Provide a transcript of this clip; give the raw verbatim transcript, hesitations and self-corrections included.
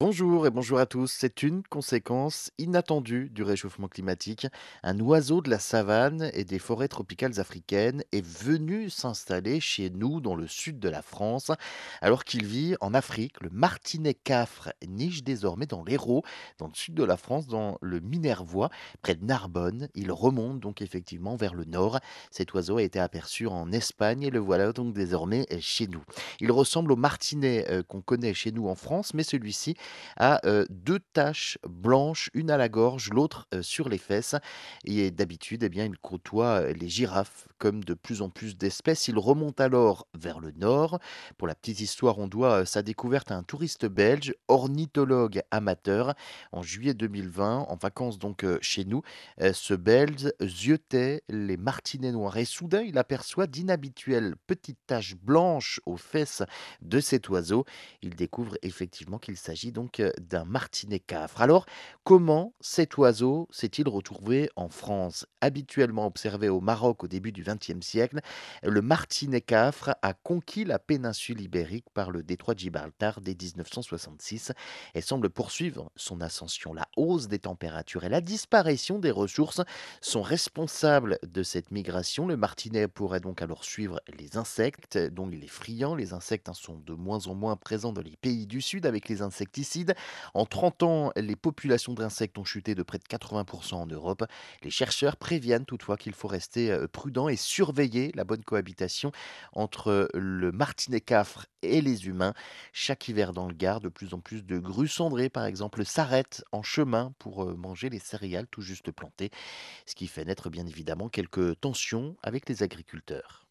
Bonjour et bonjour à tous. C'est une conséquence inattendue du réchauffement climatique. Un oiseau de la savane et des forêts tropicales africaines est venu s'installer chez nous dans le sud de la France. Alors qu'il vit en Afrique, le martinet cafre niche désormais dans l'Hérault, dans le sud de la France, dans le Minervois, près de Narbonne. Il remonte donc effectivement vers le nord. Cet oiseau a été aperçu en Espagne et le voilà donc désormais chez nous. Il ressemble au martinet euh, qu'on connaît chez nous en France, mais celui-ci a euh, deux taches blanches, une à la gorge, l'autre euh, sur les fesses. Et d'habitude, eh bien, il côtoie euh, les girafes, comme de plus en plus d'espèces. Il remonte alors vers le nord. Pour la petite histoire, on doit euh, sa découverte à un touriste belge, ornithologue amateur, en juillet deux mille vingt, en vacances donc euh, chez nous. Euh, ce Belge ziotait les martinets noirs et soudain, il aperçoit d'inhabituelles petites taches blanches aux fesses de cet oiseau. Il découvre effectivement qu'il s'agit donc euh, d'un martinet-cafre. Alors, comment cet oiseau s'est-il retrouvé en France? Habituellement observé au Maroc au début du vingtième siècle, le martinet-cafre a conquis la péninsule ibérique par le détroit de Gibraltar dès mille neuf cent soixante-six et semble poursuivre son ascension. La hausse des températures et la disparition des ressources sont responsables de cette migration. Le martinet pourrait donc alors suivre les insectes, dont il est friand. Les insectes hein, sont de moins en moins présents dans les pays du Sud avec les insecticides. En trente ans, les populations d'insectes ont chuté de près de quatre-vingts pour cent en Europe. Les chercheurs préviennent toutefois qu'il faut rester euh, prudent et surveiller la bonne cohabitation entre le martinet-cafre et les humains. Chaque hiver dans le Gard, de plus en plus de grues cendrées, par exemple, s'arrêtent en chemin pour euh, manger les céréales tout juste plantées, ce qui fait naître bien évidemment quelques tensions avec les agriculteurs.